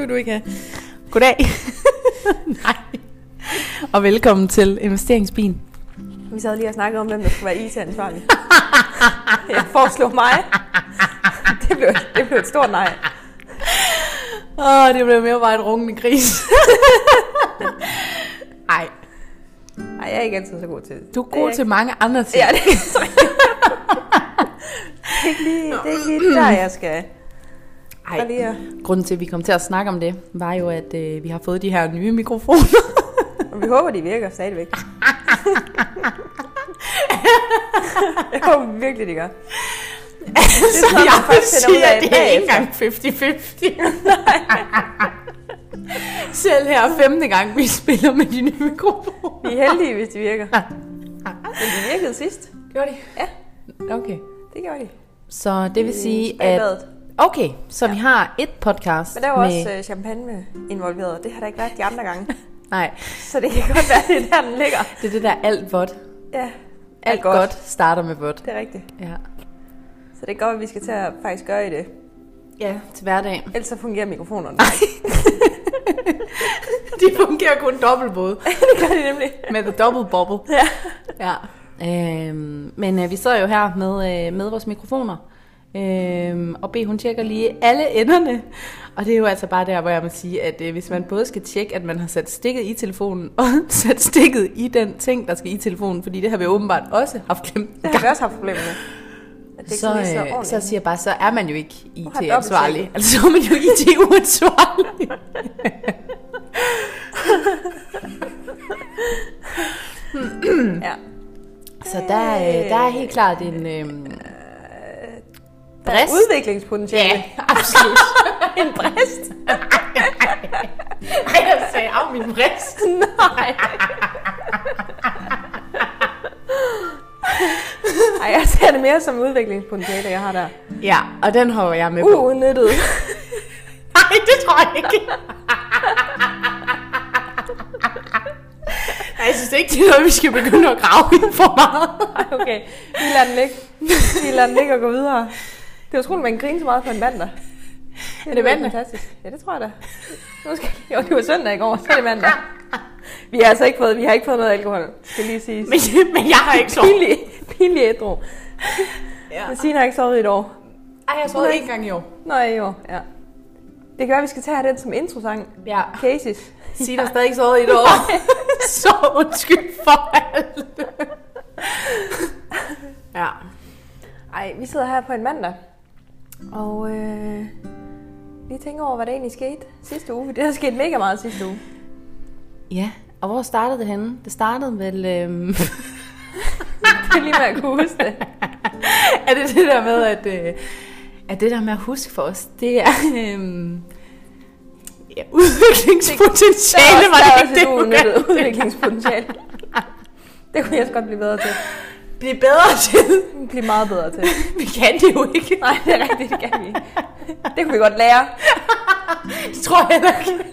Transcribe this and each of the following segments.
vil du ikke have. Goddag. Nej. Og velkommen til Investeringsbien. Vi sad lige og snakkede om, hvem der skulle være IT-ansvarlig. Jeg foreslog mig. Det blev et stort nej. Det blev mere bare et rungende gris. Ej. Nej, jeg er ikke altid så god til det. Du er god til mange andre ting. Ja, det er det er ikke lige der, jeg skal. Ej, grunden til, at vi kom til at snakke om det, var jo, at vi har fået de her nye mikrofoner. Og vi håber, de virker stadigvæk. Jeg håber virkelig, de gør. Så jeg vil sige, at det er ikke engang 50-50. Selv her 5. gang, vi spiller med de nye mikrofoner. Vi er heldige, hvis de virker. Men de virkede sidst. Gjorde de? Ja. Okay. Det gjorde de. Så det vil sige, at... Okay, så vi har et podcast. Men der var også champagne involveret. Det har der ikke været de andre gange. Nej. Så det kan godt være, det er der, den ligger. Det er det der alt vådt. Ja. Alt godt starter med vådt. Det er rigtigt. Ja. Så det er godt, at vi skal til at faktisk gøre i det. Ja, til hverdag. Ellers så fungerer mikrofonerne. De fungerer kun dobbeltbåd. Det gør de nemlig. Med the double bubble. Ja. Men vi sidder jo her med vores mikrofoner. Og B, hun tjekker lige alle enderne. Og det er jo altså bare der, hvor jeg må sige, at hvis man både skal tjekke, at man har sat stikket i telefonen, og sat stikket i den ting, der skal i telefonen, fordi det har vi åbenbart også haft glemt. Det har vi også haft problemer med. Så siger jeg bare, så er man jo ikke IT-ansvarlig. Altså så er man jo IT-uansvarlig. Ja. Så der er helt klart en... Der er udviklingspotentiale. Ja, absolut. En brist. Ej, jeg sagde af min brist. Nej. Ej, jeg ser det mere som udviklingspotentiale, jeg har der. Ja, og den har jeg med på. Uudnyttet. Nej, det tror jeg ikke. Nej, jeg synes ikke, det er noget, vi skal begynde at grave ind for meget. Ej, okay. Vi lader den ligge og gå videre. Det var utroligt, man griner så meget på en mandag. Er det mandag? Fantastisk. Ja, det tror jeg da. Jo, det var søndag i går, så er det mandag. Vi har ikke fået noget alkohol, skal lige sige. Men jeg har ikke sovet. Pinlig ædru. Ja. Men Signe har ikke sovet i et år. Ej, jeg har sovet en gang i år. Nå, i år, ja. Det kan være, vi skal tage den som introsang. Ja. Cases. Signe har stadig ikke sovet i et år. Så undskyld for alt. Ja. Ej, vi sidder her på en mandag. Og lige tænker over, hvad der egentlig skete sidste uge. Det har sket mega meget sidste uge. Ja, og hvor startede det henne? Det startede vel... Det er lige med at kunne huske det. Er det det der med, at det der med at huske for os, det er... udviklingspotentiale, var det ikke det? Udviklingspotentiale. Det kunne jeg også godt blive bedre til. Blive bedre til? Blive meget bedre til. Vi kan det jo ikke. Nej, det er rigtigt, det kan vi ikke. Det kunne vi godt lære. Det tror jeg heller ikke.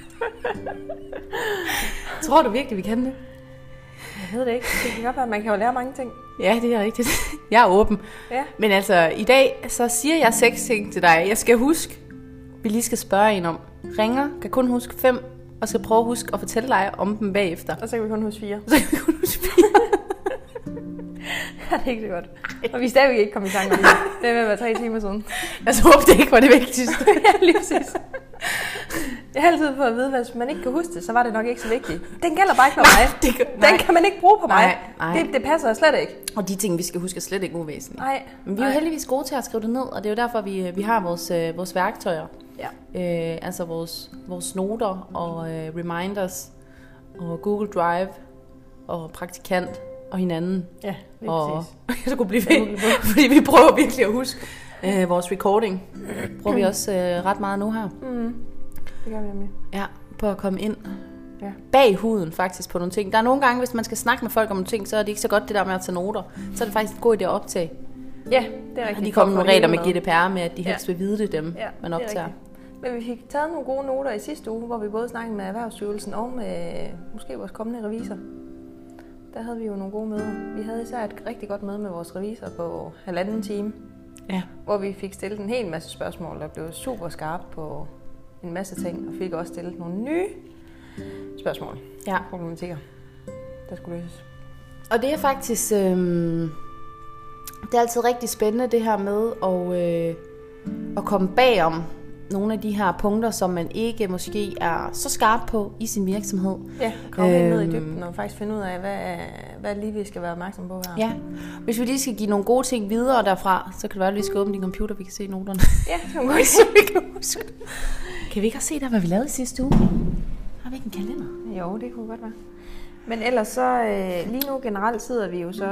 Tror du virkelig, vi kan det? Jeg ved det ikke. Det kan godt være, man kan jo lære mange ting. Ja, det er rigtigt. Jeg er åben. Ja. Men altså, i dag, så siger jeg 6 ting til dig. Jeg skal huske, vi lige skal spørge en om. Ringer, kan kun huske 5, og skal prøve at huske at fortælle dig om dem bagefter. Og så kan vi kun huske 4. Så kan vi kun huske 4. Ja, det er ikke så godt. Og vi er stadigvæk ikke kommet i gang med det. Det er ved at være 3 timer siden. Jeg håber, det ikke var det vigtigste. Ja, lige præcis. Jeg har altid fået at vide, hvis man ikke kan huske det, så var det nok ikke så vigtigt. Den gælder bare ikke for mig. Den kan man ikke bruge på mig. Nej. Det passer slet ikke. Og de ting, vi skal huske, er slet ikke uvæsentlige. Nej. Men vi er jo heldigvis gode til at skrive det ned, og det er jo derfor, vi har vores værktøjer. Ja. Altså vores noter og reminders og Google Drive og praktikant og hinanden. Ja, lige præcis. Så kunne blive ved, fordi vi prøver virkelig at huske vores recording. Prøver vi også ret meget nu her. Det gør vi nemlig. Ja, på at komme ind bag huden faktisk på nogle ting. Der er nogle gange, hvis man skal snakke med folk om nogle ting, så er det ikke så godt det der med at tage noter. Så er det faktisk en god idé at optage. Ja, det er rigtigt. Og de kommer nogle regler med GDPR med, at de helst vil vide det dem, man optager. Men vi fik taget nogle gode noter i sidste uge, hvor vi både snakkede med Erhvervsstyrelsen og med måske vores kommende revisor. Der havde vi jo nogle gode møder. Vi havde især et rigtig godt møde med vores revisor på 1,5 time. Ja. Hvor vi fik stillet en hel masse spørgsmål, der blev super skarpt på en masse ting, og fik også stillet nogle nye spørgsmål. Ja. Problematikker, der skulle løses. Og det er faktisk, det er altid rigtig spændende det her med at komme bagom nogle af de her punkter, som man ikke måske er så skarp på i sin virksomhed. Ja, komme helt ned i dybden og faktisk finde ud af, hvad lige vi skal være opmærksom på her. Ja, hvis vi lige skal give nogle gode ting videre derfra, så kan det være, at vi skal åbne din computer, vi kan se noterne. Ja, det kan godt, så vi kan huske. Kan vi ikke også se der, hvad vi lavede sidste uge? Har vi ikke en kalender? Jo, det kunne godt være. Men ellers så, lige nu generelt sidder vi jo så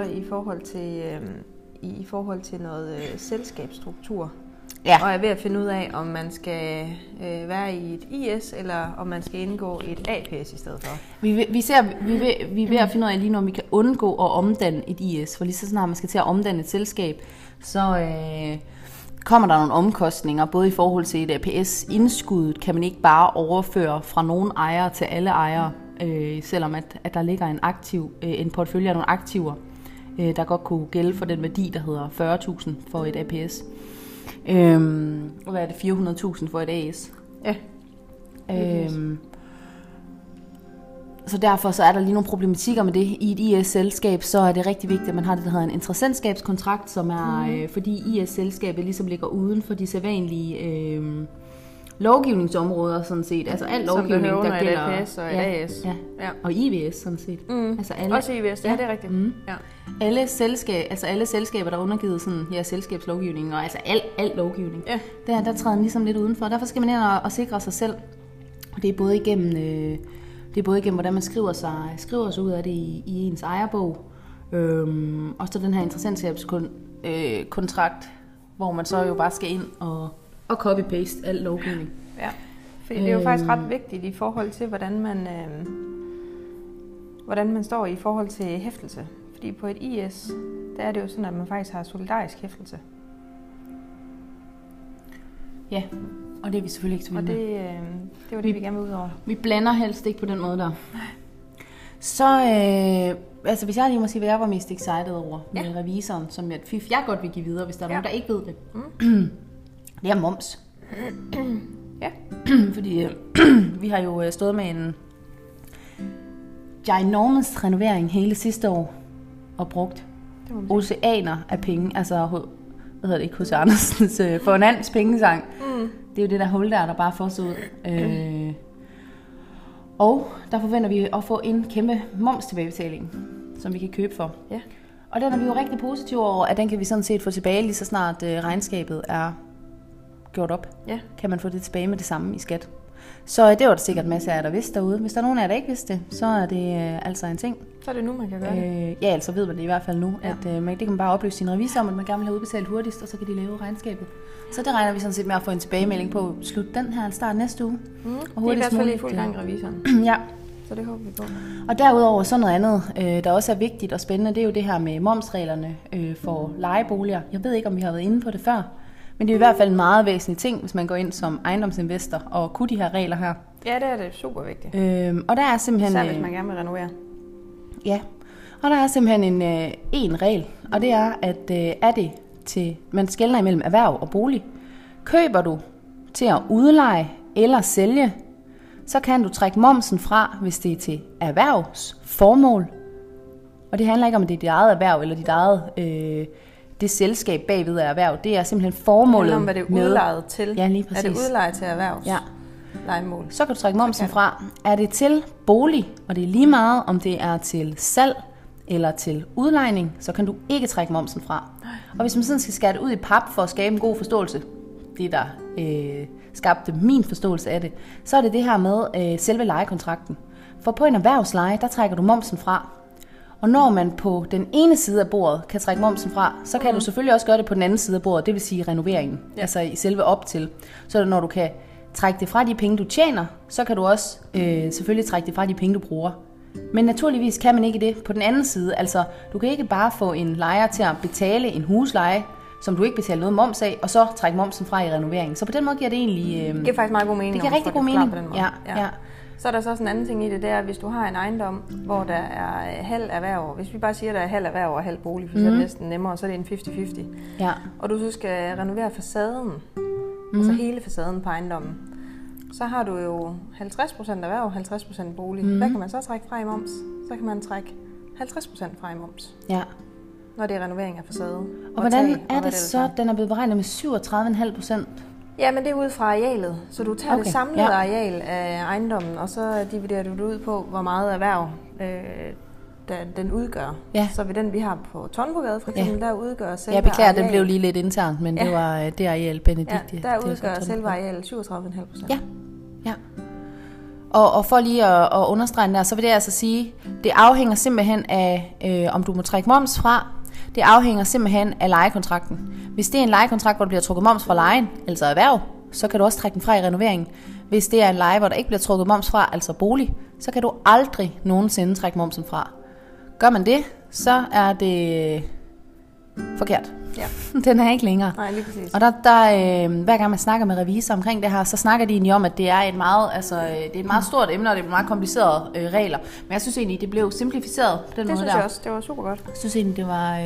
i forhold til noget selskabsstruktur. Ja. Og er ved at finde ud af, om man skal være i et IS, eller om man skal indgå i et APS i stedet for. Vi er ved at finde ud af lige nu, om vi kan undgå at omdanne et IS. For lige så snart man skal til at omdanne et selskab, så kommer der nogle omkostninger, både i forhold til et APS. Indskuddet kan man ikke bare overføre fra nogle ejere til alle ejere, selvom at der ligger en portefølje af nogle aktiver, der godt kunne gælde for den værdi, der hedder 40.000 for et APS. Hvad er det? 400.000 for et AS. Ja. Så derfor så er der lige nogle problematikker med det. I et IS-selskab, så er det rigtig vigtigt, at man har det, der hedder en interessentskabskontrakt, som er, fordi IS-selskabet ligesom ligger uden for de sædvanlige lovgivningsområder, sådan set. Altså al lovgivning, der gælder APS og AS. Ja. Og IVS, sådan set. Altså alle, også IVS, ja, det er rigtigt. Ja. Alle selskaber, der er undergivet sådan, selskabslovgivning, og altså al lovgivning, der træder den ligesom lidt udenfor. Derfor skal man ind og sikre sig selv. Og det er både igennem, hvordan man skriver sig ud af det i ens ejerbog, og så den her interessentskabskontrakt, hvor man så jo bare skal ind og copy-paste al lovgivning. Ja, for det er jo faktisk ret vigtigt i forhold til, hvordan man står i forhold til hæftelse. Fordi på et IS, der er det jo sådan, at man faktisk har solidarisk hæftelse. Ja, og det er vi selvfølgelig ikke så vilde med. Det var det, vi gerne vil ud over. Vi blander helst ikke på den måde der. Så, hvis jeg lige må sige, hvad jeg var mest excited over med revisoren, som jeg godt vil give videre, hvis der er nogen, der ikke ved det. Det er moms. Ja. Fordi vi har jo stået med en ginormous renovering hele sidste år og brugt oceaner af penge. Altså, hvad hedder det ikke, H.C. Andersens For en Ands pengesang. Det er jo det der hul der bare får sig ud. Og der forventer vi at få en kæmpe momstilbagebetaling, som vi kan købe for. Ja. Og den er vi jo rigtig positive over, at den kan vi sådan set få tilbage, lige så snart regnskabet er gjort op. Ja. Kan man få det tilbage med det samme i skat. Så det var der sikkert masser af jer, der vidste derude. Hvis der er nogen af jer, der ikke vidste det, så er det altså en ting. Så er det nu, man kan gøre det. Ja, altså ved man det i hvert fald nu. At det kan man bare oplyse sin revisor om, at man gerne vil have udbetalt hurtigst, og så kan de lave regnskabet. Så det regner vi sådan set med at få en tilbagemelding på slut den her start næste uge. Og det er i hvert fald i fuld gang revisoren. Ja. Så det håber vi på. Og derudover så noget andet, der også er vigtigt og spændende, det er jo det her med momsreglerne for lejeboliger. Jeg ved ikke, om vi har været inde på det før, men det er i hvert fald en meget væsentlig ting, hvis man går ind som ejendomsinvestor og kunne de her regler her. Ja, det er det super vigtigt. Og der er simpelthen... Især hvis man gerne vil renovere. Ja, og der er simpelthen en regel, og det er, at er det til... Man skelner imellem erhverv og bolig. Køber du til at udleje eller sælge, så kan du trække momsen fra, hvis det er til erhvervsformål. Og det handler ikke om, at det er dit eget erhverv eller dit eget det selskab bagved af erhverv. Det er simpelthen formålet det handler om, hvad det er udlejet til. Ja, lige præcis. Er det udlejet til erhvervs? Ja. Lejemål. Så kan du trække momsen fra. Er det til bolig, og det er lige meget, om det er til salg eller til udlejning, så kan du ikke trække momsen fra. Og hvis man sådan skal skære det ud i pap for at skabe en god forståelse, det der skabte min forståelse af det, så er det her med selve lejekontrakten. For på en erhvervsleje, der trækker du momsen fra. Og når man på den ene side af bordet kan trække momsen fra, så kan du selvfølgelig også gøre det på den anden side af bordet, det vil sige renoveringen, altså i selve op til. Så når du kan trække det fra de penge, du tjener, så kan du også selvfølgelig trække det fra de penge, du bruger. Men naturligvis kan man ikke det på den anden side. Altså, du kan ikke bare få en lejer til at betale en husleje, som du ikke betaler noget moms af, og så trække momsen fra i renoveringen. Så på den måde giver det egentlig... det giver faktisk meget god mening. Det giver rigtig god mening. Ja. Så er der så også en anden ting i det, det er, hvis du har en ejendom, hvor der er halv erhverv. Hvis vi bare siger, at der er halv erhverv og halv bolig, så er det næsten nemmere, så er det en 50-50. Ja. Og du så skal renovere facaden, altså hele facaden på ejendommen. så har du jo 50% erhverv, 50% bolig. Hvad kan man så trække fra i moms? Så kan man trække 50% fra i moms. Ja. Når det er renovering af facade. Og hvordan er det så, den er blevet beregnet med 37,5%? Ja, men det er ud fra arealet. Så du tager det samlede areal af ejendommen, og så dividerer du det ud på, hvor meget erhverv den udgør. Ja. Så ved den, vi har på Tonbogade for eksempel, der udgør selve areal. Jeg beklager, den blev lige lidt internt, men det var det areal, Benedikte. Ja, der udgør selve areal 37,5%. Ja, ja. Og for lige at understrege den der, så vil det altså sige, det afhænger simpelthen af, om du må trække moms fra. Det afhænger simpelthen af lejekontrakten. Hvis det er en lejekontrakt, hvor der bliver trukket moms fra lejen, altså erhverv, så kan du også trække den fra i renoveringen. Hvis det er en leje, hvor der ikke bliver trukket moms fra, altså bolig, så kan du aldrig nogensinde trække momsen fra. Gør man det, så er det forkert. Ja. Den er ikke længere. Nej, lige præcis. Og hver gang man snakker med revisor omkring det her, så snakker de egentlig om, at det er et meget, det er et meget stort emne, og det er meget komplicerede regler. Men jeg synes egentlig, det blev simplificeret på den måde der. Det synes jeg også. Det var super godt. Jeg synes egentlig,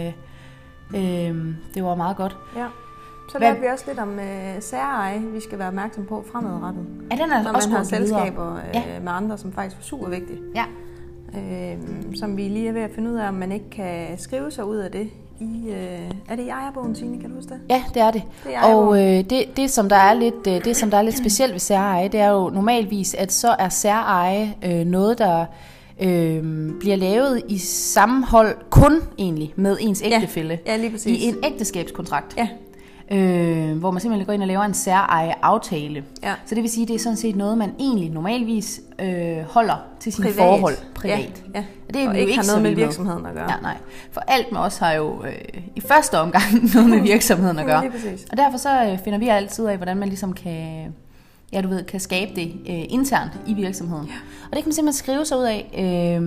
det var meget godt. Ja. Så lærte vi også lidt om særeje, vi skal være opmærksom på fremadrettet. Ja, den er når også man har selskaber med andre, som faktisk er super vigtige. Ja. Som vi lige er ved at finde ud af, om man ikke kan skrive sig ud af det. Er det i ejerbogen, Signe? Kan du huske det? Ja, det er det. Og det som der er lidt specielt ved særeje, det er jo normalvis, at så er særeje noget, der bliver lavet i sammenhold kun egentlig med ens ægtefælle. Ja, lige præcis. I en ægteskabskontrakt. Ja. Hvor man simpelthen går ind og laver en særeje-aftale. Ja. Så det vil sige, at det er sådan set noget, man egentlig normalvis holder til sine forhold privat. Ja. Og det er og ikke har noget med virksomheden at gøre. Ja, nej. For alt med os har jo i første omgang noget med virksomheden at gøre. Og derfor så finder vi altid af, hvordan man ligesom kan skabe det internt i virksomheden. Ja. Og det kan man simpelthen skrive sig ud af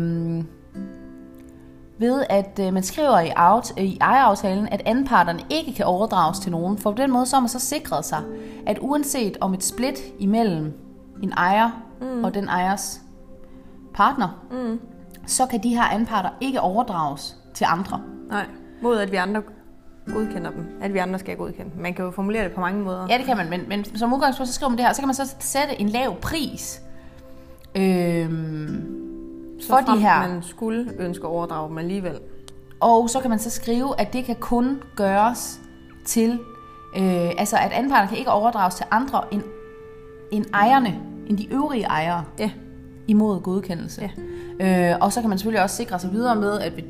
ved at man skriver i ejeraftalen, at anparterne ikke kan overdrages til nogen. For på den måde så har man så sikret sig, at uanset om et split imellem en ejer og den ejers partner, så kan de her anparter ikke overdrages til andre. Nej, mod at vi andre godkender dem. At vi andre skal godkende dem. Man kan jo formulere det på mange måder. Ja, det kan man, men som udgangspunkt så skriver man det her, så kan man så sætte en lav pris for de her. Man skulle ønske at overdrage dem alligevel. Og så kan man så skrive, at det kan kun gøres til, at anparter kan ikke overdrages til andre end ejerne, end de øvrige ejere, imod godkendelse. Ja. Og så kan man selvfølgelig også sikre sig videre med, at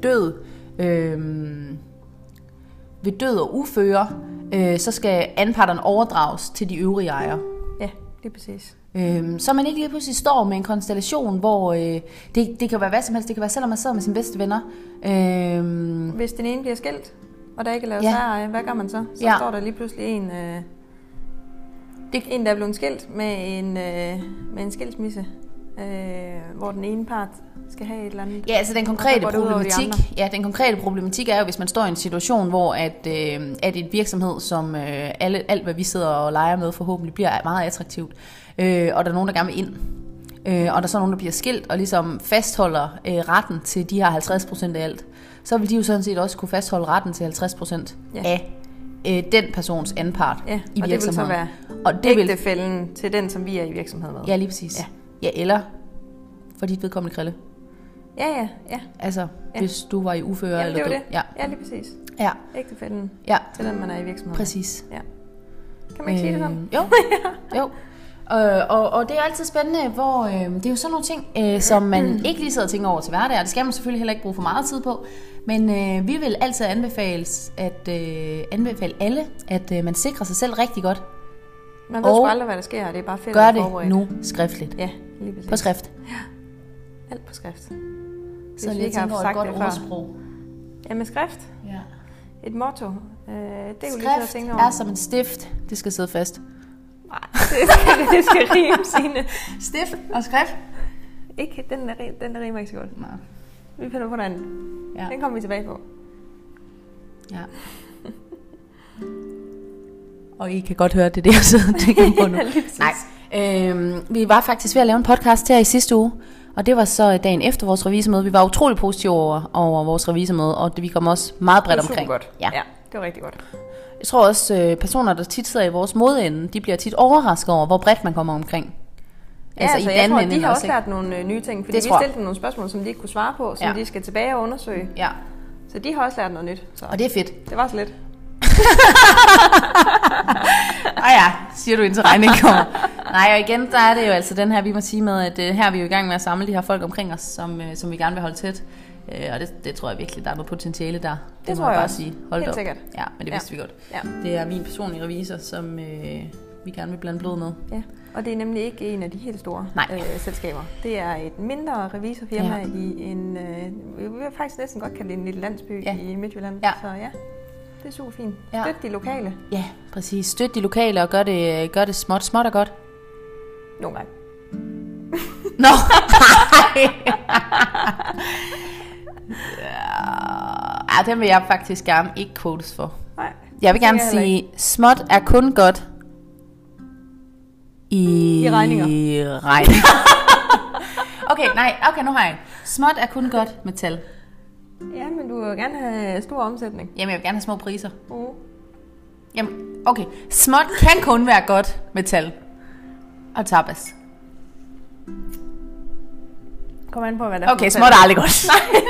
ved død og uføre, så skal anparterne overdrages til de øvrige ejere. Ja, det er præcis. Så man ikke lige pludselig står med en konstellation, hvor det kan være hvad som helst. Det kan være selvom man sidder med sine bedste venner. Hvis den ene bliver skilt, og der ikke er lavet særeje, hvad gør man så? Så står der lige pludselig en der er blevet skilt med en skilsmisse, hvor den ene part skal have et eller andet. Ja, altså den konkrete problematik er jo, hvis man står i en situation, hvor at et virksomhed, som alt hvad vi sidder og leger med, forhåbentlig bliver meget attraktivt, og der er nogen, der gerne vil ind, og der er så nogen, der bliver skilt og ligesom fastholder retten til de her 50% af alt, så vil de jo sådan set også kunne fastholde retten til 50% af den persons anpart i virksomheden. Og det vil så være ægtefællen til den, som vi er i virksomheden med. Ja, lige præcis. Ja, eller for dit vedkommende krille. Ja. Altså, hvis du var i uføre eller død. Ja, lige præcis. Ja. Ægtefællen til den, man er i virksomheden. Præcis. Ja. Kan man ikke sige det sådan? Jo. Og det er altid spændende, hvor det er jo sådan nogle ting, som man ikke lige sidder og tænker over til hverdag, og det skal man selvfølgelig heller ikke bruge for meget tid på. Men vi vil altid anbefale alle, at man sikrer sig selv rigtig godt. Man ved sgu aldrig, hvad der sker, det er bare fedt at forberede. Gør det nu skriftligt. Ja, lige præcis. På skrift. Ja, alt på skrift. Så lige tænker over et godt ordsprog. Ja, med skrift. Ja. Et motto. Det er jo lige så tænke over. Er som en stift. Det skal sidde fast. Nej, det skal rime, Signe. Stift og skrift. Ikke, den der rimer ikke så godt. Nej. Vi finder på den anden. Ja. Den kommer vi tilbage på. Ja. Og I kan godt høre, det er det, jeg sidder og tænker på nu. Nej. Vi var faktisk ved at lave en podcast her i sidste uge, og det var så dagen efter vores revisormøde. Vi var utrolig positive over vores revisormøde, og vi kom også meget bredt omkring. Det var super godt. Ja, det var rigtig godt. Jeg tror også, personer, der tit sidder i vores modende, de bliver tit overrasket over, hvor bredt man kommer omkring. Altså i jeg tror, de har også lært nogle nye ting, fordi vi stillede dem nogle spørgsmål, som de ikke kunne svare på, som de skal tilbage og undersøge. Ja. Så de har også lært noget nyt. Så. Og det er fedt. Det var så lidt. Siger du indtil regning kommer. Nej, og igen, der er det jo altså den her, vi må sige med, at her er vi jo i gang med at samle de her folk omkring os, som vi gerne vil holde tæt. Og det tror jeg virkelig, der er noget potentiale der. Det tror jeg også. Sige. Hold helt op. Sikkert. Ja, men det vidste vi godt. Ja. Det er min personlige revisor, som vi gerne vil blande blod med. Ja, og det er nemlig ikke en af de helt store selskaber. Det er et mindre revisorfirma i en, vi vil faktisk næsten godt kalde det en lille landsby i Midtjylland. Ja. Så ja, det er super fint. Støt de lokale. Ja, præcis. Støt de lokale og gør det småt. Småt og godt. Nogle gange. Nå, ja, den vil jeg faktisk gerne ikke quotes for. Nej. Jeg vil gerne sige, småt er kun godt i regninger. Okay, nu har jeg en. Småt er kun godt med tal. Ja, men du vil gerne have stor omsætning. Jamen, jeg vil gerne have små priser. Jamen, okay. Småt kan kun være godt med tal. Og tapas. Kom an på, hvad der er. Okay, småt er aldrig godt.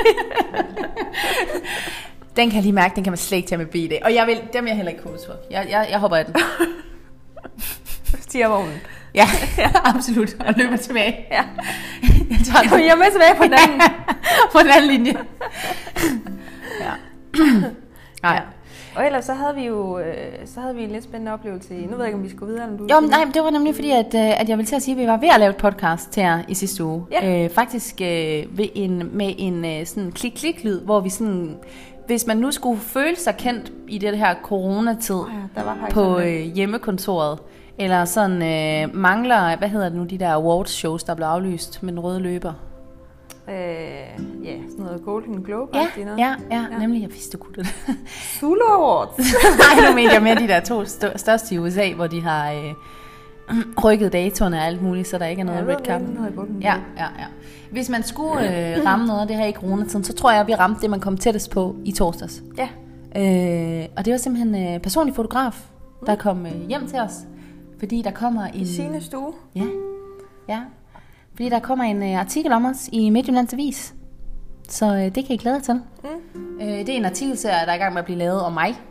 Den kan jeg lige mærke, den kan man slet ikke tage med BD. Og dem vil jeg heller ikke quotes for. Jeg hopper af den. Stiger vognen. Ja, absolut. Og løber tilbage. Ja. Jeg er med tilbage på den anden. På den anden linje. Ja. Nej. Ja. Og ellers så havde vi en lidt spændende oplevelse i. Nu ved jeg ikke, om vi skulle videre. Nej, det var nemlig fordi, at jeg ville til at sige, at vi var ved at lave et podcast til jer i sidste uge. Ja. Faktisk med en sådan klik-klik-lyd, hvor vi sådan... Hvis man nu skulle føle sig kendt i det her coronatid på hjemmekontoret, eller sådan mangler, hvad hedder det nu, de der awards shows, der blev aflyst med den røde løber? Sådan noget Golden Globe. Ja, nemlig, jeg vidste, du kunne det. Zulu Awards. Nej, nu mener jeg med de der 2 største i USA, hvor de har rykket datoerne og alt muligt, så der ikke er noget red carpet. Ja. Hvis man skulle ramme noget af det her i coronatiden, så tror jeg, at vi ramte det, man kom tættest på i torsdags. Ja. Og det var simpelthen personlig fotograf, der kom hjem til os, fordi der kommer en... Signe Stue. Ja. Fordi der kommer en artikel om os i Midtjyllands Avis. Så det kan I glæde jer til. Det er en artikelserie, der er i gang med at blive lavet om mig.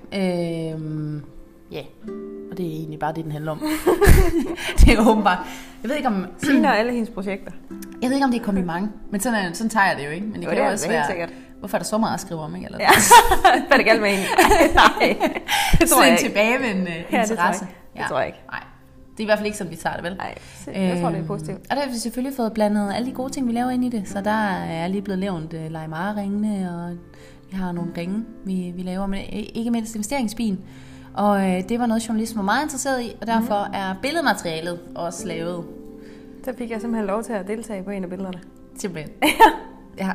Og det er egentlig bare det, den handler om. Det er åbenbart. Jeg ved ikke om... Signe og alle hendes projekter. Jeg ved ikke, om det er kompliment. Men sådan tager jeg det jo, ikke? Men det kan jo også være... Sikkert. Hvorfor er der så meget at skrive om, ikke? Eller ja. Hvad er det galt med hende? Nej. Det tror jeg ikke. Tilbage med en interesse. Det tror jeg ikke. Nej. Det er i hvert fald ikke sådan, vi tager det, vel? Nej, jeg tror, det er positivt. Og der har vi selvfølgelig fået blandet alle de gode ting, vi laver ind i det. Så der er lige blevet lavet Leimar-ringene, og vi har nogle ringe, vi laver, men ikke mindst investeringsbilen. Og det var noget, journalisten var meget interesseret i, og derfor er billedmaterialet også lavet. Så fik jeg simpelthen lov til at deltage på en af billederne. Simpelthen. Ja.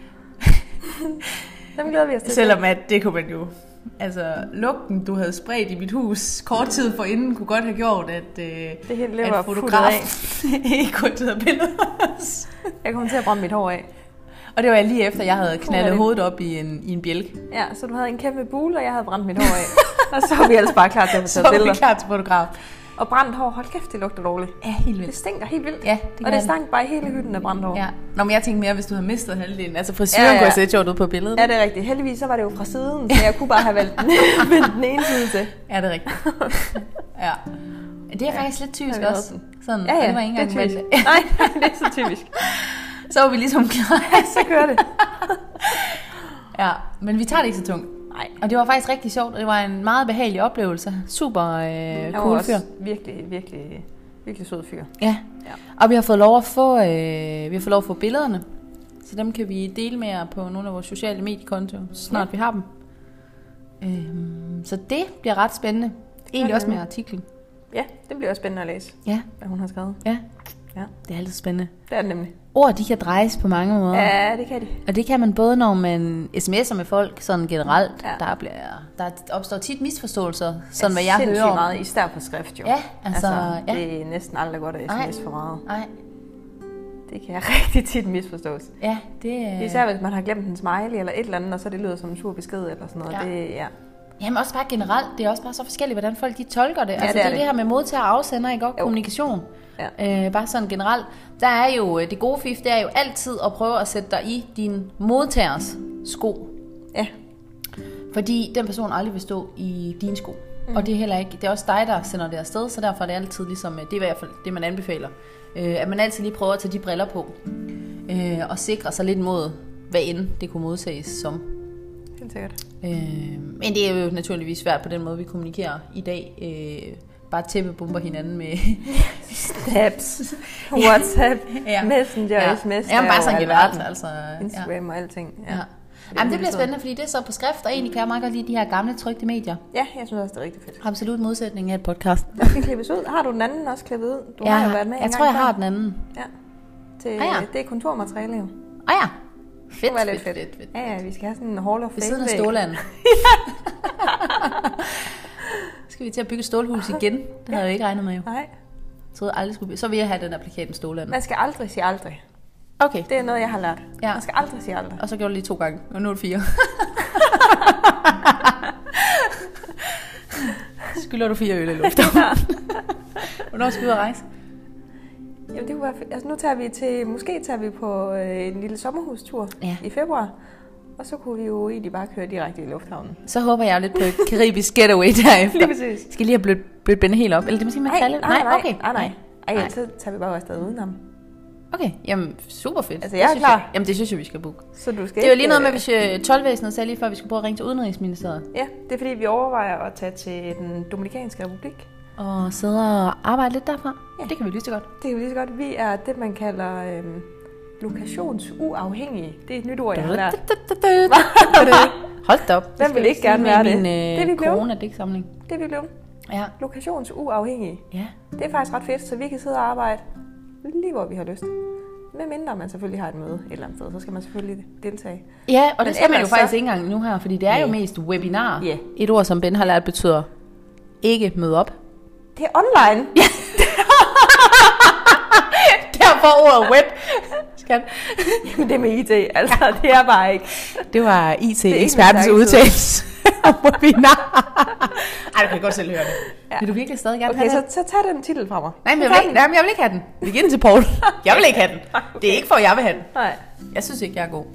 Dem glæder vi os til. Selvom at det kunne man jo... Altså, lugten, du havde spredt i mit hus kort tid forinden, kunne godt have gjort, at fotograf ikke kunne tage billeder. Jeg kom til at brænde mit hår af. Og det var lige efter, jeg havde knaldet hovedet op i en bjælke. Ja, så du havde en kæmpe bule, og jeg havde brændt mit hår af. Og så var vi ellers bare klar til at tage billeder. Så var vi klar til fotograf. Og brændt hår, hold kæft, det lugter dårligt. Ja, helt vildt. Det stinker helt vildt. Ja, og det stank bare i hele hytten af brændt hår. Ja. Nå, men jeg tænkte mere, hvis du havde mistet halvdelen. Altså frisøren kunne have set sjovt ud på billedet. Ja, det er rigtigt. Heldigvis så var det jo fra siden, så jeg kunne bare have valgt den ene side til. Ja, det er rigtigt. Ja. Det er faktisk lidt typisk også. Sådan, ja, det var ikke engang det er typisk. Nej, det er så typisk. Så var vi ligesom klar. Så kører det. Ja, men vi tager det ikke så tungt. Nej. Og det var faktisk rigtig sjovt, og det var en meget behagelig oplevelse. Super cool fyr. Virkelig, virkelig, virkelig sød fyr. Ja. Og vi har fået lov at få billederne. Så dem kan vi dele med jer på nogle af vores sociale mediekonto, så snart vi har dem. Så det bliver ret spændende. Egentlig også med artiklen. Ja, det bliver også spændende at læse, hvad hun har skrevet. Ja, det er altid spændende. Det er det nemlig. Ord, de kan drejes på mange måder. Ja, det kan de. Og det kan man både, når man sms'er med folk, sådan generelt. Ja. Der opstår tit misforståelser, sådan hvad jeg hører om. Sindssygt meget, især på skrift jo. Ja, altså det er næsten aldrig godt at sms for meget. Nej. Det kan rigtig tit misforstås. Ja, det især hvis man har glemt en smiley eller et eller andet, og så det lyder som en sur besked eller sådan noget. Jamen også bare generelt, det er også bare så forskelligt, hvordan folk de tolker det. Ja, altså det er det her med modtager og afsender, ikke? Og kommunikation. Ja. Bare sådan generelt. Der er jo, det gode fif, det er jo altid at prøve at sætte dig i din modtagers sko. Ja. Fordi den person aldrig vil stå i dine sko. Og det er heller ikke, det er også dig, der sender det afsted, så derfor er det altid ligesom, det er i hvert fald det, man anbefaler. At man altid lige prøver at tage de briller på. Og sikre sig lidt mod, hvad end det kunne modtages som. Helt sikkert. Men det er jo naturligvis svært på den måde, vi kommunikerer i dag. Bare tæppebomber hinanden med snaps, WhatsApp, Messenger, SMS. Ja, bare sådan generelt. Altså, Instagram og alting. Ja. Jamen, det bliver spændende, fordi det er så på skrift, og egentlig kan jeg meget godt lide de her gamle trykte medier. Ja, jeg synes også, det er rigtig fedt. Absolut modsætning af et podcast. Der skal klippes ud. Har du den anden også klippet ud? Du har jo været med jeg tror, jeg har den anden. Ja. Det er kontormateriale jo. Ja. Fedt, fedt. Ja, vi skal have sådan en Hall of Fame. Ved siden af Stålanden. Skal vi til at bygge et stålhus igen? Det havde jeg ikke regnet med jo. Nej. Så vil jeg have den der plakaten Stålanden. Man skal aldrig sige aldrig. Okay. Det er noget, jeg har lært. Man skal aldrig sige aldrig. Og så gjorde det lige 2 gange. Og nu er det 4. Skylder du 4 øl i luften? Hvornår skal vi ud at rejse? Jamen det kunne være altså nu tager vi på en lille sommerhustur i februar. Og så kunne vi jo egentlig bare køre direkte i lufthavnen. Så håber jeg jo lidt på et karibisk getaway derefter. Lige præcis. Skal lige have blødt bændet helt op? Eller det måske man kalde? Nej, så tager vi bare afsted udenom. Okay, jamen super fedt. Altså jeg er klar. Jamen det synes jeg, vi skal booke. Så du skal det er jo lige noget med, hvis toldvæsenet sagde lige før, vi skal prøve at ringe til Udenrigsministeriet. Ja, det er fordi, vi overvejer at tage til den Dominikanske Republik. Og sidde og arbejde lidt derfra. Ja. Det kan vi lige så godt. Det kan vi lige så godt. Vi er det, man kalder lokationsuafhængige. Det er et nyt ord, jeg har lært. Hold da op. Hvem vil ikke gerne være det? Det er vi blevet. Corona-digtsamling. Det er vi blevet. Ja. Lokationsuafhængige. Ja. Det er faktisk ret fedt, så vi kan sidde og arbejde lige hvor vi har lyst. Med mindre man selvfølgelig har et møde et eller andet sted, så skal man selvfølgelig deltage. Ja, og det skal man jo faktisk ikke engang nu her, fordi det er jo mest webinar. Yeah. Et ord, som Ben har lært, betyder ikke møde op. Det er online. Ja. Derfor ordet web. Skat. Jamen det med IT, altså det er bare ikke. Det var IT-ekspertens udtalelse. Webinar. Ej, du kan godt selv høre det. Ja. Vil du virkelig stadig gerne have det? Så tag den titel fra mig. Nej, men jeg vil ikke have den. Vi giver den til Paul. Jeg vil ikke have den. Det er ikke for, at jeg vil have den. Nej. Jeg synes ikke, jeg er god.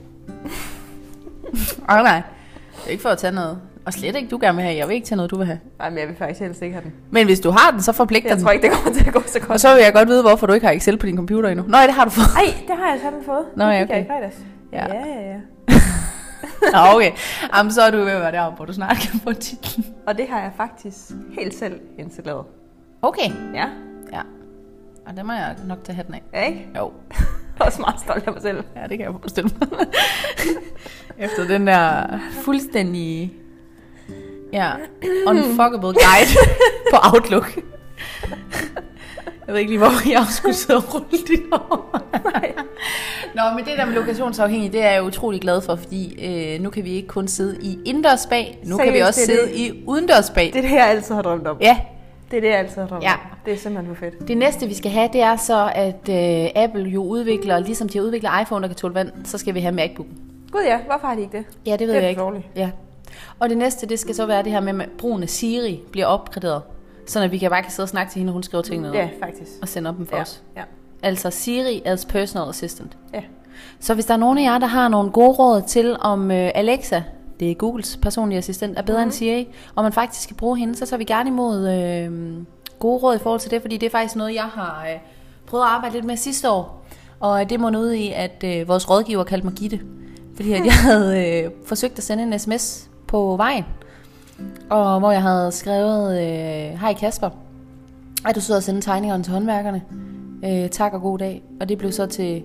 Nej. Det er ikke for at tage noget. Og slet ikke, du gerne vil have. Jeg vil ikke tage noget, du vil have. Nej, men jeg vil faktisk helst ikke have den. Men hvis du har den, så forpligter den. Jeg tror ikke, det kommer til at gå så godt. Og så vil jeg godt vide, hvorfor du ikke har Excel på din computer endnu. Nå, det har du fået. Nej, det har jeg sammen fået. Nå, ja, okay. Det fik jeg i fredags. Ja. Nå, okay. Jamen, så er du ved at være deroppe, hvor du snart kan få titlen. Og det har jeg faktisk helt selv installeret. Okay. Ja. Og det må jeg nok tage hatten af. Ja, ikke? Jo. Jeg er også meget stolt af mig selv. Ja, det kan jeg forestille mig. Efter den der fuldstændig unfuckable guide på Outlook. Jeg ved ikke lige, hvor jeg skulle sidde og rulle dit over. Nå, men det der med lokationsafhængig, det er jeg utrolig glad for, fordi nu kan vi ikke kun sidde i indendørs bag, nu kan vi også sidde i udendørs bag. Det er det, jeg altid har drømt om. Ja. Det er det, jeg altid har drømt om. Det er simpelthen for fedt. Det næste, vi skal have, det er så, at Apple jo udvikler, ligesom de har udviklet iPhone, der kan tåle vand, så skal vi have MacBook. Gud ja, hvorfor har de ikke det? Ja, det ved jeg ikke. Dårligt. Ja. Og det næste, det skal så være det her med, at brugen af Siri bliver opgraderet. Sådan at vi bare kan sidde og snakke til hende, og hun skriver tingene ned. Ja, faktisk. Og sende op dem for os. Ja. Altså Siri as personal assistant. Ja. Så hvis der er nogen af jer, der har nogle gode råd til, om Alexa, det er Googles personlige assistent, er bedre end Siri, og man faktisk skal bruge hende, så tager vi gerne imod gode råd i forhold til det, fordi det er faktisk noget, jeg har prøvet at arbejde lidt med sidste år. Og det måtte ud i, at vores rådgiver kaldte mig Gitte. Fordi at jeg havde forsøgt at sende en sms på vejen, og hvor jeg havde skrevet, hej Kasper, er du sød at sende tegningerne til håndværkerne? Tak og god dag. Og det blev så til,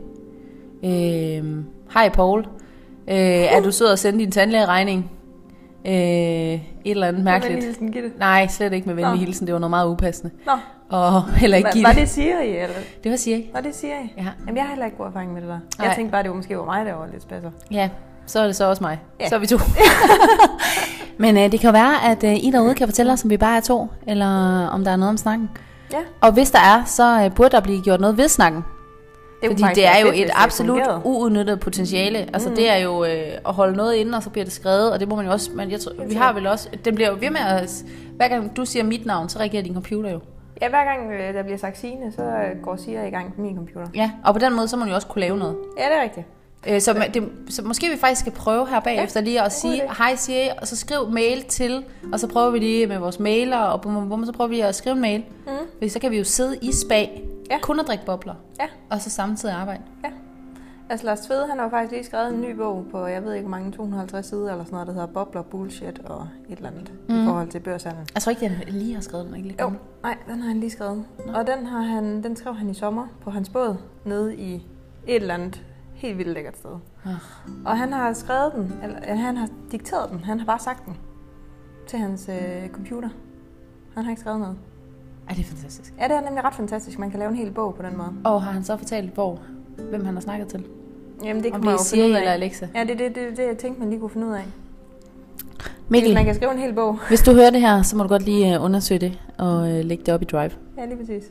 hej Paul, er du sød at sende din tandlægeregning? Et eller andet mærkeligt. Med hilsen, Gitte? Nej, slet ikke med venlig hilsen, det var noget meget upassende. Nå. Og heller ikke Gitte. Var det Siri, eller? Det var Siri. Var det Siri? Ja. Jamen jeg har heller ikke god erfaring med det der. Nej. Jeg tænkte bare, det var måske mig, der var lidt spasser. Ja, så er det så også mig. Ja. Så er vi to. Men det kan jo være, at I derude kan fortælle os, om vi bare er to, eller om der er noget om snakken. Ja. Og hvis der er, så burde der blive gjort noget ved snakken. Fordi det er jo et absolut uudnyttet potentiale. Altså det er jo at holde noget inde, og så bliver det skrevet, og det må man jo også... Men jeg tror, vi har vel også... Den bliver jo ved med at... Hver gang du siger mit navn, så reagerer din computer jo. Ja, hver gang der bliver sagt Signe, så går Sia i gang på min computer. Ja, og på den måde, så må man jo også kunne lave noget. Ja, det er rigtigt. Så måske vi faktisk skal prøve her bagefter lige at sige hej Siri, og så skriv mail til, og så prøver vi lige med vores mailer, og så prøver vi at skrive en mail. Fordi så kan vi jo sidde i spa, kun at drikke bobler, og så samtidig arbejde. Ja. Altså Lars Tvede, han har jo faktisk lige skrevet en ny bog på, jeg ved ikke hvor mange, 250 sider eller sådan noget, der hedder Bobler, Bullshit og et eller andet i forhold til børshandel. Jeg tror ikke, han lige har skrevet den, ikke lige? Jo, nej, den har han lige skrevet. Og den skrev han i sommer på hans båd, nede i et eller andet helt vildt lækkert sted. Og han har skrevet den, eller han har dikteret den, han har bare sagt den til hans computer. Han har ikke skrevet noget. Er det fantastisk? Ja, det er nemlig ret fantastisk. Man kan lave en hel bog på den måde. Og har han så fortalt, hvem han har snakket til? Jamen, det kan man jo finde ud af. Eller Alexa? Ja, det jeg tænkte, man lige kunne finde ud af. Mikkel, man kan skrive en hel bog. Hvis du hører det her, så må du godt lige undersøge det og lægge det op i Drive. Ja, lige præcis.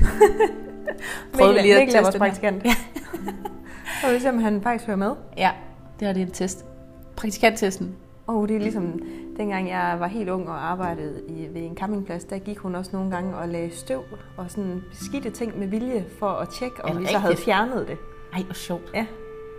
Mikkel er vores praktikant. Ja. Så vi se, om han faktisk hører med. Ja, det er en test. Praktikanttesten. Det er ligesom, dengang jeg var helt ung og arbejdede ved en campingplads, der gik hun også nogle gange og lagde støv og sådan beskidte ting med vilje for at tjekke, om vi så havde fjernet det. Ej, hvor sjovt. Ja.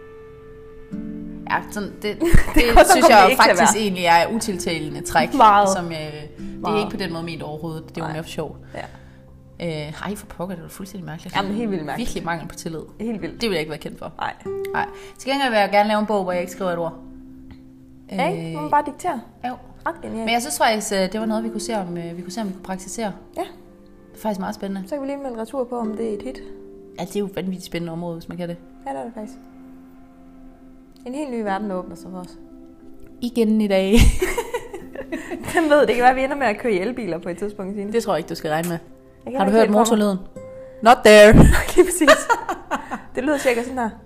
Ja, sådan, det synes jeg faktisk egentlig er utiltalende træk. Meget. Som, det er ikke på den måde ment overhovedet. Det er jo mere for sjovt. Ja. Ej, for pokker, det var fuldstændig mærkeligt. Jamen, helt vildt mærkeligt. Virkelig mangel på tillid. Helt vildt. Det vil jeg ikke være kendt for. Nej. Til gengæld vil jeg gerne lave en bog, hvor jeg ikke skriver et ord. Ja, må man bare diktere. Jo. Men jeg synes faktisk, det var noget, vi kunne se, om vi kunne praktisere. Ja. Det er faktisk meget spændende. Så kan vi lige melde retur på, om det er et hit. Ja, det er jo et vanvittigt spændende område, hvis man kan det. Ja, det er det faktisk. En helt ny verden åbner sig for os. Igen i dag. Den ved, det kan være, at vi ender med at køre i elbiler på et tidspunkt. Signe. Det tror jeg ikke, du skal regne med. Har du hørt motorlyden? Not there. Lige præcis. Det lyder cirka sådan her.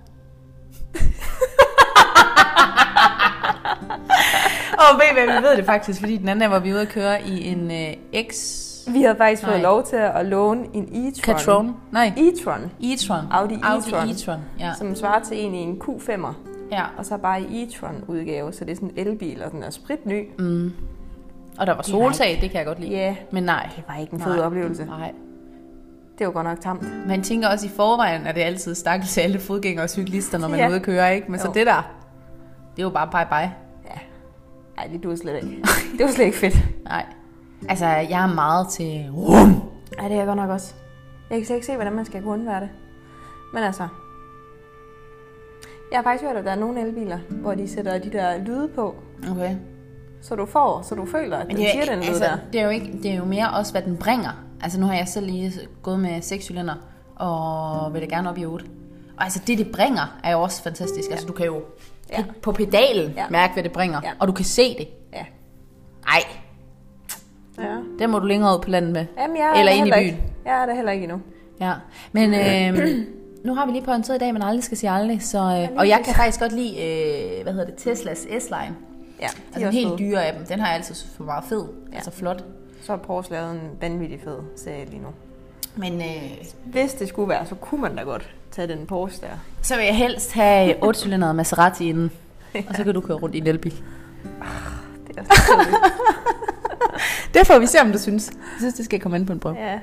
Vi ved det faktisk, fordi den anden var vi ude at køre i en Vi havde faktisk fået lov til at låne en e-tron. Catron? Nej. E-tron. Audi e-tron. Ja. Som svarer til en Q5'er. Ja. Og så bare i e-tron udgave, så det er sådan en elbil, og den er spritny. Og der var soltag, det kan jeg godt lide. Ja. Men nej. Det var ikke en fed oplevelse. Nej. Det var godt nok tamt. Man tænker også i forvejen, at det altid stakkels alle fodgængere og cyklister, når man er ude at køre, ikke? Men så det der, det er jo bare bye-bye. Ja. Ej, det duede slet ikke. Det var slet ikke fedt. Nej. Altså, jeg er meget til rum. Ej, det er jeg godt nok også. Jeg kan slet ikke se, hvordan man skal kunne undvære det. Men altså, jeg har faktisk hørt, at der er nogle elbiler, hvor de sætter de der lyde på. Okay. Så du føler, at den siger den lyd der. Det er jo mere også, hvad den bringer. Altså, nu har jeg selv lige gået med 6-cylinder, og vil da gerne op i 8. Og altså, det bringer, er jo også fantastisk. Ja. Altså, du kan jo på pedalen mærke, hvad det bringer, og du kan se det. Ja. Ej. Ja. Den må du længere ud på landet med. Jamen, eller ind i byen. Ikke. Jeg er der heller ikke endnu. Ja, men nu har vi lige pointeret i dag, men aldrig skal sige aldrig. Så, og jeg kan faktisk godt lide, Teslas S-Line. Ja, altså en helt dyre af dem. Den har jeg altid for meget fed. Ja. Altså flot. Så har Porsche lavet en vanvittig fed serie lige nu. Men hvis det skulle være, så kunne man da godt tage den Porsche der. Så vil jeg helst have 8-cylindret Maserati inden. Og så kan du køre rundt i en elbil. Det er så det får vi se, om du synes. Jeg synes, det skal komme ind på en prøve. Ja.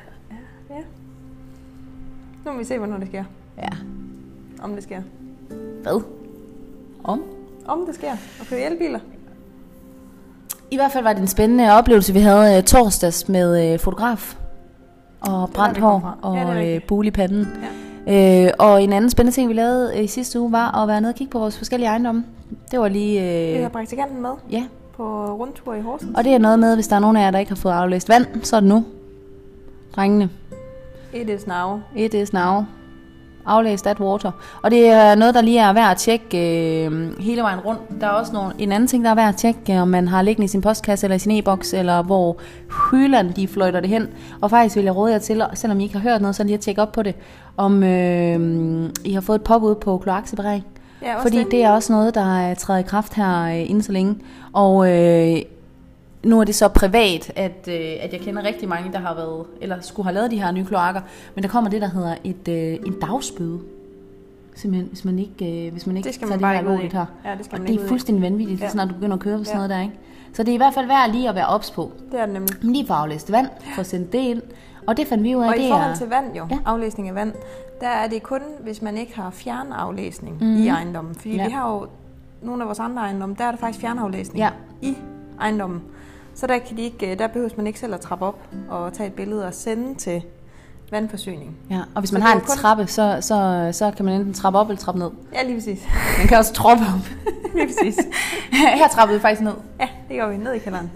Nu må vi se, hvornår det sker. Ja. Om det sker. Hvad? Om det sker. Og køre elbiler. I hvert fald var det en spændende oplevelse, vi havde torsdags med fotograf. Og brændt hår og bule i panden. Ja. Og en anden spændende ting, vi lavede i sidste uge, var at være nede og kigge på vores forskellige ejendomme. Det var lige... Vi har praktikanten med. Ja. På rundtur i Horsens. Og det er noget med, hvis der er nogen af jer, der ikke har fået aflæst vand, så er det nu. Drengene. It is now. It is now. Aflæst that water. Og det er noget, der lige er værd at tjekke hele vejen rundt. Der er også en anden ting, der er værd at tjekke, om man har liggende i sin postkasse eller i sin e-boks, eller hvor hylderne de fløjter det hen. Og faktisk vil jeg råde jer til, selvom I ikke har hørt noget, så lige at tjekke op på det, om I har fået et påbud på kloakseparering. Ja, fordi det er også noget, der træder i kraft her inden så længe. Og nu er det så privat, at jeg kender rigtig mange, der har været, eller skulle have lavet de her nye kloakker. Men der kommer det, der hedder en dagsbøde. simpelthen, hvis man ikke tager det her alvorligt her. Ja, og det er fuldstændig vanvittigt, lige snart du begynder at køre på sådan noget der, ikke? Så det er i hvert fald værd lige at være ops på. Det er det nemlig. Lige for aflæst vand, for at sende det ind. Og det fandt vi ud af, og i forhold til vand aflæsning af vand, der er det kun, hvis man ikke har fjernaflæsning i ejendommen. Fordi vi har jo nogle af vores andre ejendomme, der er der faktisk fjernaflæsning i ejendommen. Så der behøver man ikke selv at trappe op og tage et billede og sende til vandforsyning. Ja, og hvis man har en trappe, så kan man enten trappe op eller trappe ned. Ja, lige præcis. Man kan også troppe op. Lige præcis. Her trappede vi faktisk ned. Ja, det gør vi ned i kælderen.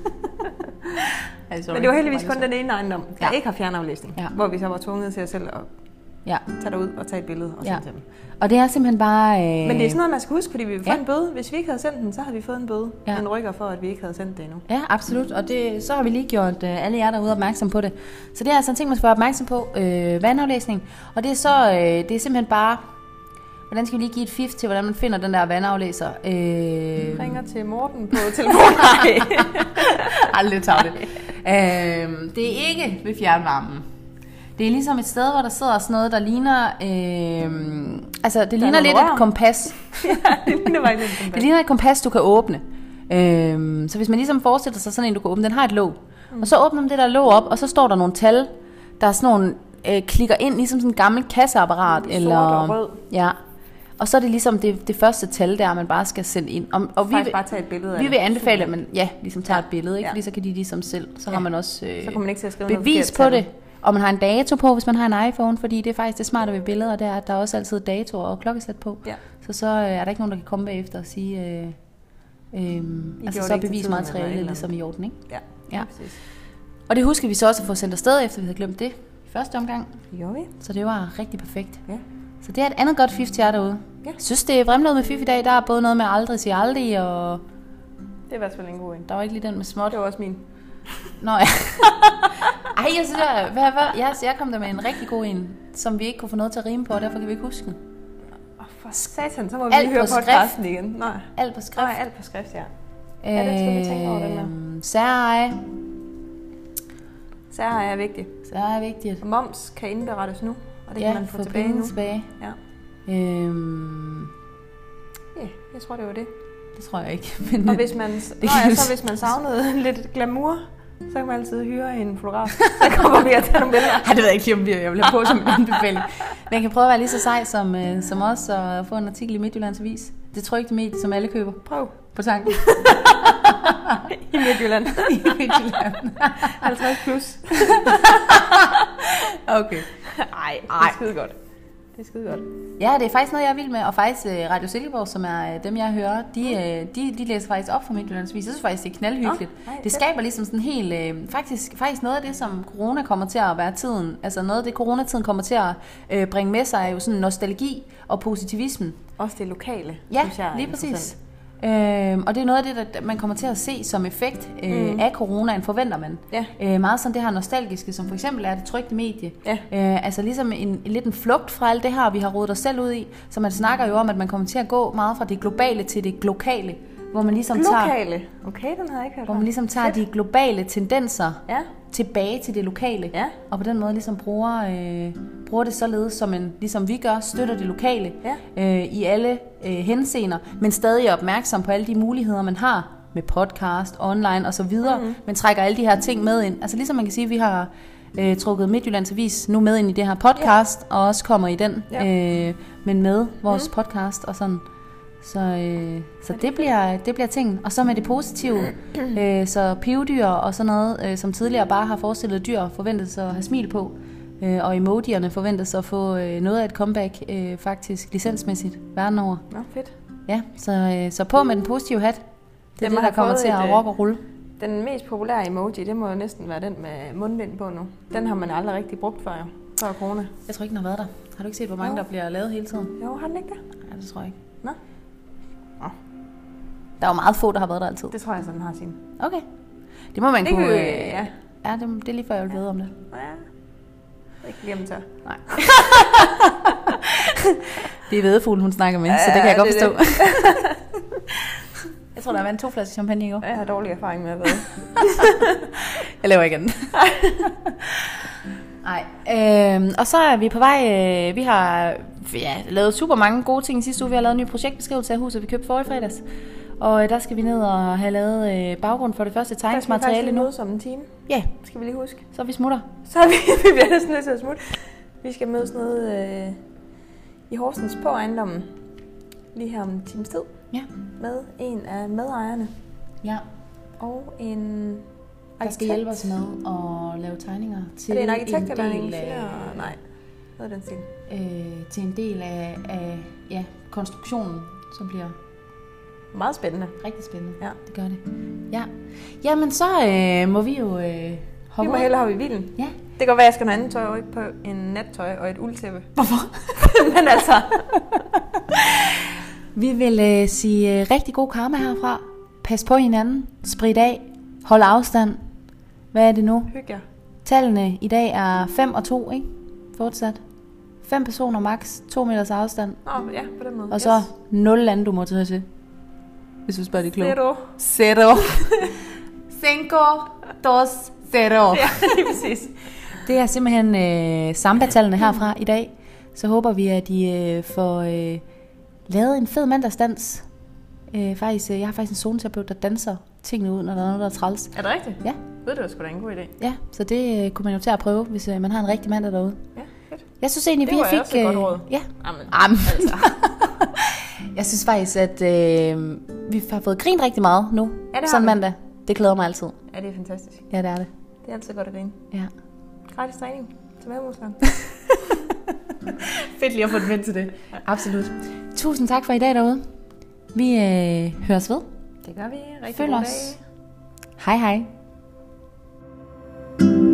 Men det var heldigvis kun den ene ejendom, der ikke har fjernaflæsning. Ja. Hvor vi så var tvunget til os selv at tage derud og tage et billede og sende til dem. Og det er simpelthen bare... Men det er sådan noget, man skal huske, fordi vi vil få en bøde. Hvis vi ikke havde sendt den, så havde vi fået en bøde. En rykker for, at vi ikke havde sendt det endnu. Ja, absolut. Og så har vi lige gjort alle jer derude opmærksom på det. Så det er altså en ting, man skal være opmærksom på. Vandaflæsning. Og det er så... det er simpelthen bare... Hvordan skal vi lige give et fif til, hvordan man finder den der vandaflæser? Ringer til Morten på telefonen. Aldrig tager det. Det er ikke ved fjernvarmen. Det er ligesom et sted, hvor der sidder sådan noget, der ligner... det ligner lidt et kompas. Ja, det ligner faktisk et kompas. Det ligner et kompas, du kan åbne. Så hvis man ligesom forestiller sig sådan en, du kan åbne, den har et låg. Og så åbner man det der låg op, og så står der nogle tal, der er sådan nogle... klikker ind, ligesom sådan en gammel kasseapparat. Sort og rød. Ja. Og så er det ligesom det første tal der, man bare skal sende ind. Og vi bare tage et billede af det. Vi vil anbefale, at man ligesom tager et billede, ikke? Fordi så kan de ligesom selv. Så har man også så kan man ikke skrive bevis på det. Og man har en dato på, hvis man har en iPhone, fordi det er faktisk det smarte ved billeder, der er, at der er også altid dato og klokkeslæt på. Ja. Så er der ikke nogen, der kan komme bagefter og sige, så er bevismaterialet ligesom i orden, ikke? Ja. Præcis. Og det husker vi så også at få sendt afsted, efter vi havde glemt det i første omgang. Det gjorde vi. Så det var rigtig perfekt. Ja. Så det er et andet godt fif til jer derude. Ja. Jeg synes, det er vrimlet med fif i dag. Der er både noget med aldrig sige aldrig, og... Det var selvfølgelig en god en. Der var ikke lige den med småt. Det var også min. Nå ja. Ej, jeg synes, jeg kom der med en rigtig god en, som vi ikke kunne få noget til at rime på, og derfor kan vi ikke huske den. For satan, så må vi høre podcasten igen. Nej. Alt på skrift. Nej, alt på skrift, ja. Ja, det skal vi tænke over, den der. Særeje. Særeje er vigtigt. Særeje er vigtigt. Og moms kan indberettes nu, og det kan man få tilbage nu. Tilbage. Ja. Jeg tror, det var det. Det tror jeg ikke. Men og hvis man, hvis man savnede lidt glamour, så kan man altid hyre en fotograf. Så kommer vi at tage nogle billeder. Det ved jeg ikke, om jeg vil have på som en anbefaling. Men jeg kan prøve at være lige så sej som os og få en artikel i Midtjyllands Avis. Det tror jeg ikke det medie, som alle køber. Prøv. På tanken. I Midtjylland. I Midtjylland. 50 plus. Okay. Ej, det er skide godt. Det er skide godt. Ja, det er faktisk noget, jeg er vild med. Og faktisk Radio Silkeborg, som er dem, jeg hører, de læser faktisk op for Midtjyllands Avis. Jeg synes faktisk, det er knaldhyggeligt. Det skaber ligesom sådan helt... Faktisk noget af det, som corona kommer til at være tiden. Altså noget af det, coronatiden kommer til at bringe med sig, er jo sådan nostalgi og positivismen. Også det lokale, synes jeg. Ja, lige præcis. Og det er noget af det, der man kommer til at se som effekt af coronaen, forventer man. Ja. Meget sådan det her nostalgiske, som for eksempel er det trykte medie. Ja. Altså ligesom lidt en flugt fra alt det her, vi har rodet os selv ud i. Så man snakker jo om, at man kommer til at gå meget fra det globale til det lokale. Hvor man ligesom tager, okay, den havde jeg ikke hørt. Hvor man ligesom tager de globale tendenser tilbage til det lokale. Ja. Og på den måde ligesom bruger det således, som ligesom vi gør, støtter det lokale i alle henseender, men stadig er opmærksom på alle de muligheder, man har med podcast, online og så videre, men trækker alle de her ting med ind. Altså ligesom man kan sige, at vi har trukket Midtjyllands Avis nu med ind i det her podcast, og også kommer i den, men med vores podcast og sådan. Så det bliver ting. Og så med det positive, så pivdyr og sådan noget, som tidligere bare har forestillet dyr, forventes at have smil på. Og emojierne forventes at få noget af et comeback, faktisk licensmæssigt, verden over. Nå, fedt. Ja, så på med den positive hat. Det er det, der kommer til at rokke og rulle. Den mest populære emoji, det må jo næsten være den med mundbind på nu. Den har man aldrig rigtig brugt før, jo. Før corona. Jeg tror ikke, den har været der. Har du ikke set, hvor mange der bliver lavet hele tiden? Jo, har den ikke det? Nej, det tror jeg ikke. Nå. Der er jo meget få, der har været der altid. Det tror jeg, så den har sin. Okay. Det må man kunne... Ja, det er lige før, jeg vil vide om det. Ja. Ikke lige om tør. Nej. Det er vædefuglen, hun snakker med, så det kan jeg godt forstå. Jeg tror, der har været 2 flasker champagne i går. Jeg har dårlig erfaring med at være. Jeg laver igen. Nej. Og så er vi på vej. Vi har lavet super mange gode ting sidste uge. Vi har lavet en ny projektbeskrivelse af huset, vi købte forrige fredags. Og der skal vi ned og have lavet baggrund for det første tegningsmateriale nu. Der skal vi faktisk mødes om en time. Ja. Skal vi lige huske. Så vi smutter. Så vi bliver næsten nødt til at smutte. Vi skal mødes nede i Horsens på ejendommen. Lige her om en times tid. Ja. Med en af medejerne. Ja. Og en der skal hjælpe os med at lave tegninger til er det en arkitekt eller en ingeniør? Nej, noget af den stil. Til en del af konstruktionen, som bliver meget spændende. Rigtig spændende. Ja. Det gør det. Ja. Jamen så må vi jo hoppe. Vi må hellere hoppe i bilen. Ja. Det kan være, jeg skal have en anden tøj på, en nattøj og et uldtæppe. Hvorfor? Men altså. Vi vil sige rigtig god karma herfra. Pas på hinanden. Sprit af. Hold afstand. Hvad er det nu? Hygge jer. Tallene i dag er 5 og 2, ikke? Fortsat. 5 personer max. 2 meters afstand. Ja, på den måde. Og så 0 lande, du må tage til. Hvis du spørger det klogt. Zero. Cinco, dos, zero. Ja, lige præcis. Det er simpelthen samba-tallene herfra i dag. Så håber vi, at I får lavet en fed mandagsdans. Jeg har faktisk en zoneterapeut, der danser tingene ud, når der er noget, der er træls. Er det rigtigt? Ja. Ved du, det sgu da en god idé. Ja, så det kunne man jo til at prøve, hvis man har en rigtig mandag derude. Ja, fedt. Jeg synes egentlig, det vi fik... Det var også et godt råd. Ja. Amen. Altså. Jeg synes faktisk, at vi har fået grint rigtig meget nu. Ja, det sådan mandag. Det glæder mig altid. Ja, det er fantastisk. Ja, det er det. Det er altid godt at grine. Ja. Gratis træning til mavemusklerne. Fedt lige at få den vendt til det. Ja. Absolut. Tusind tak for i dag derude. Vi høres ved. Det gør vi. Rigtig Følg god os. dag. Hej hej.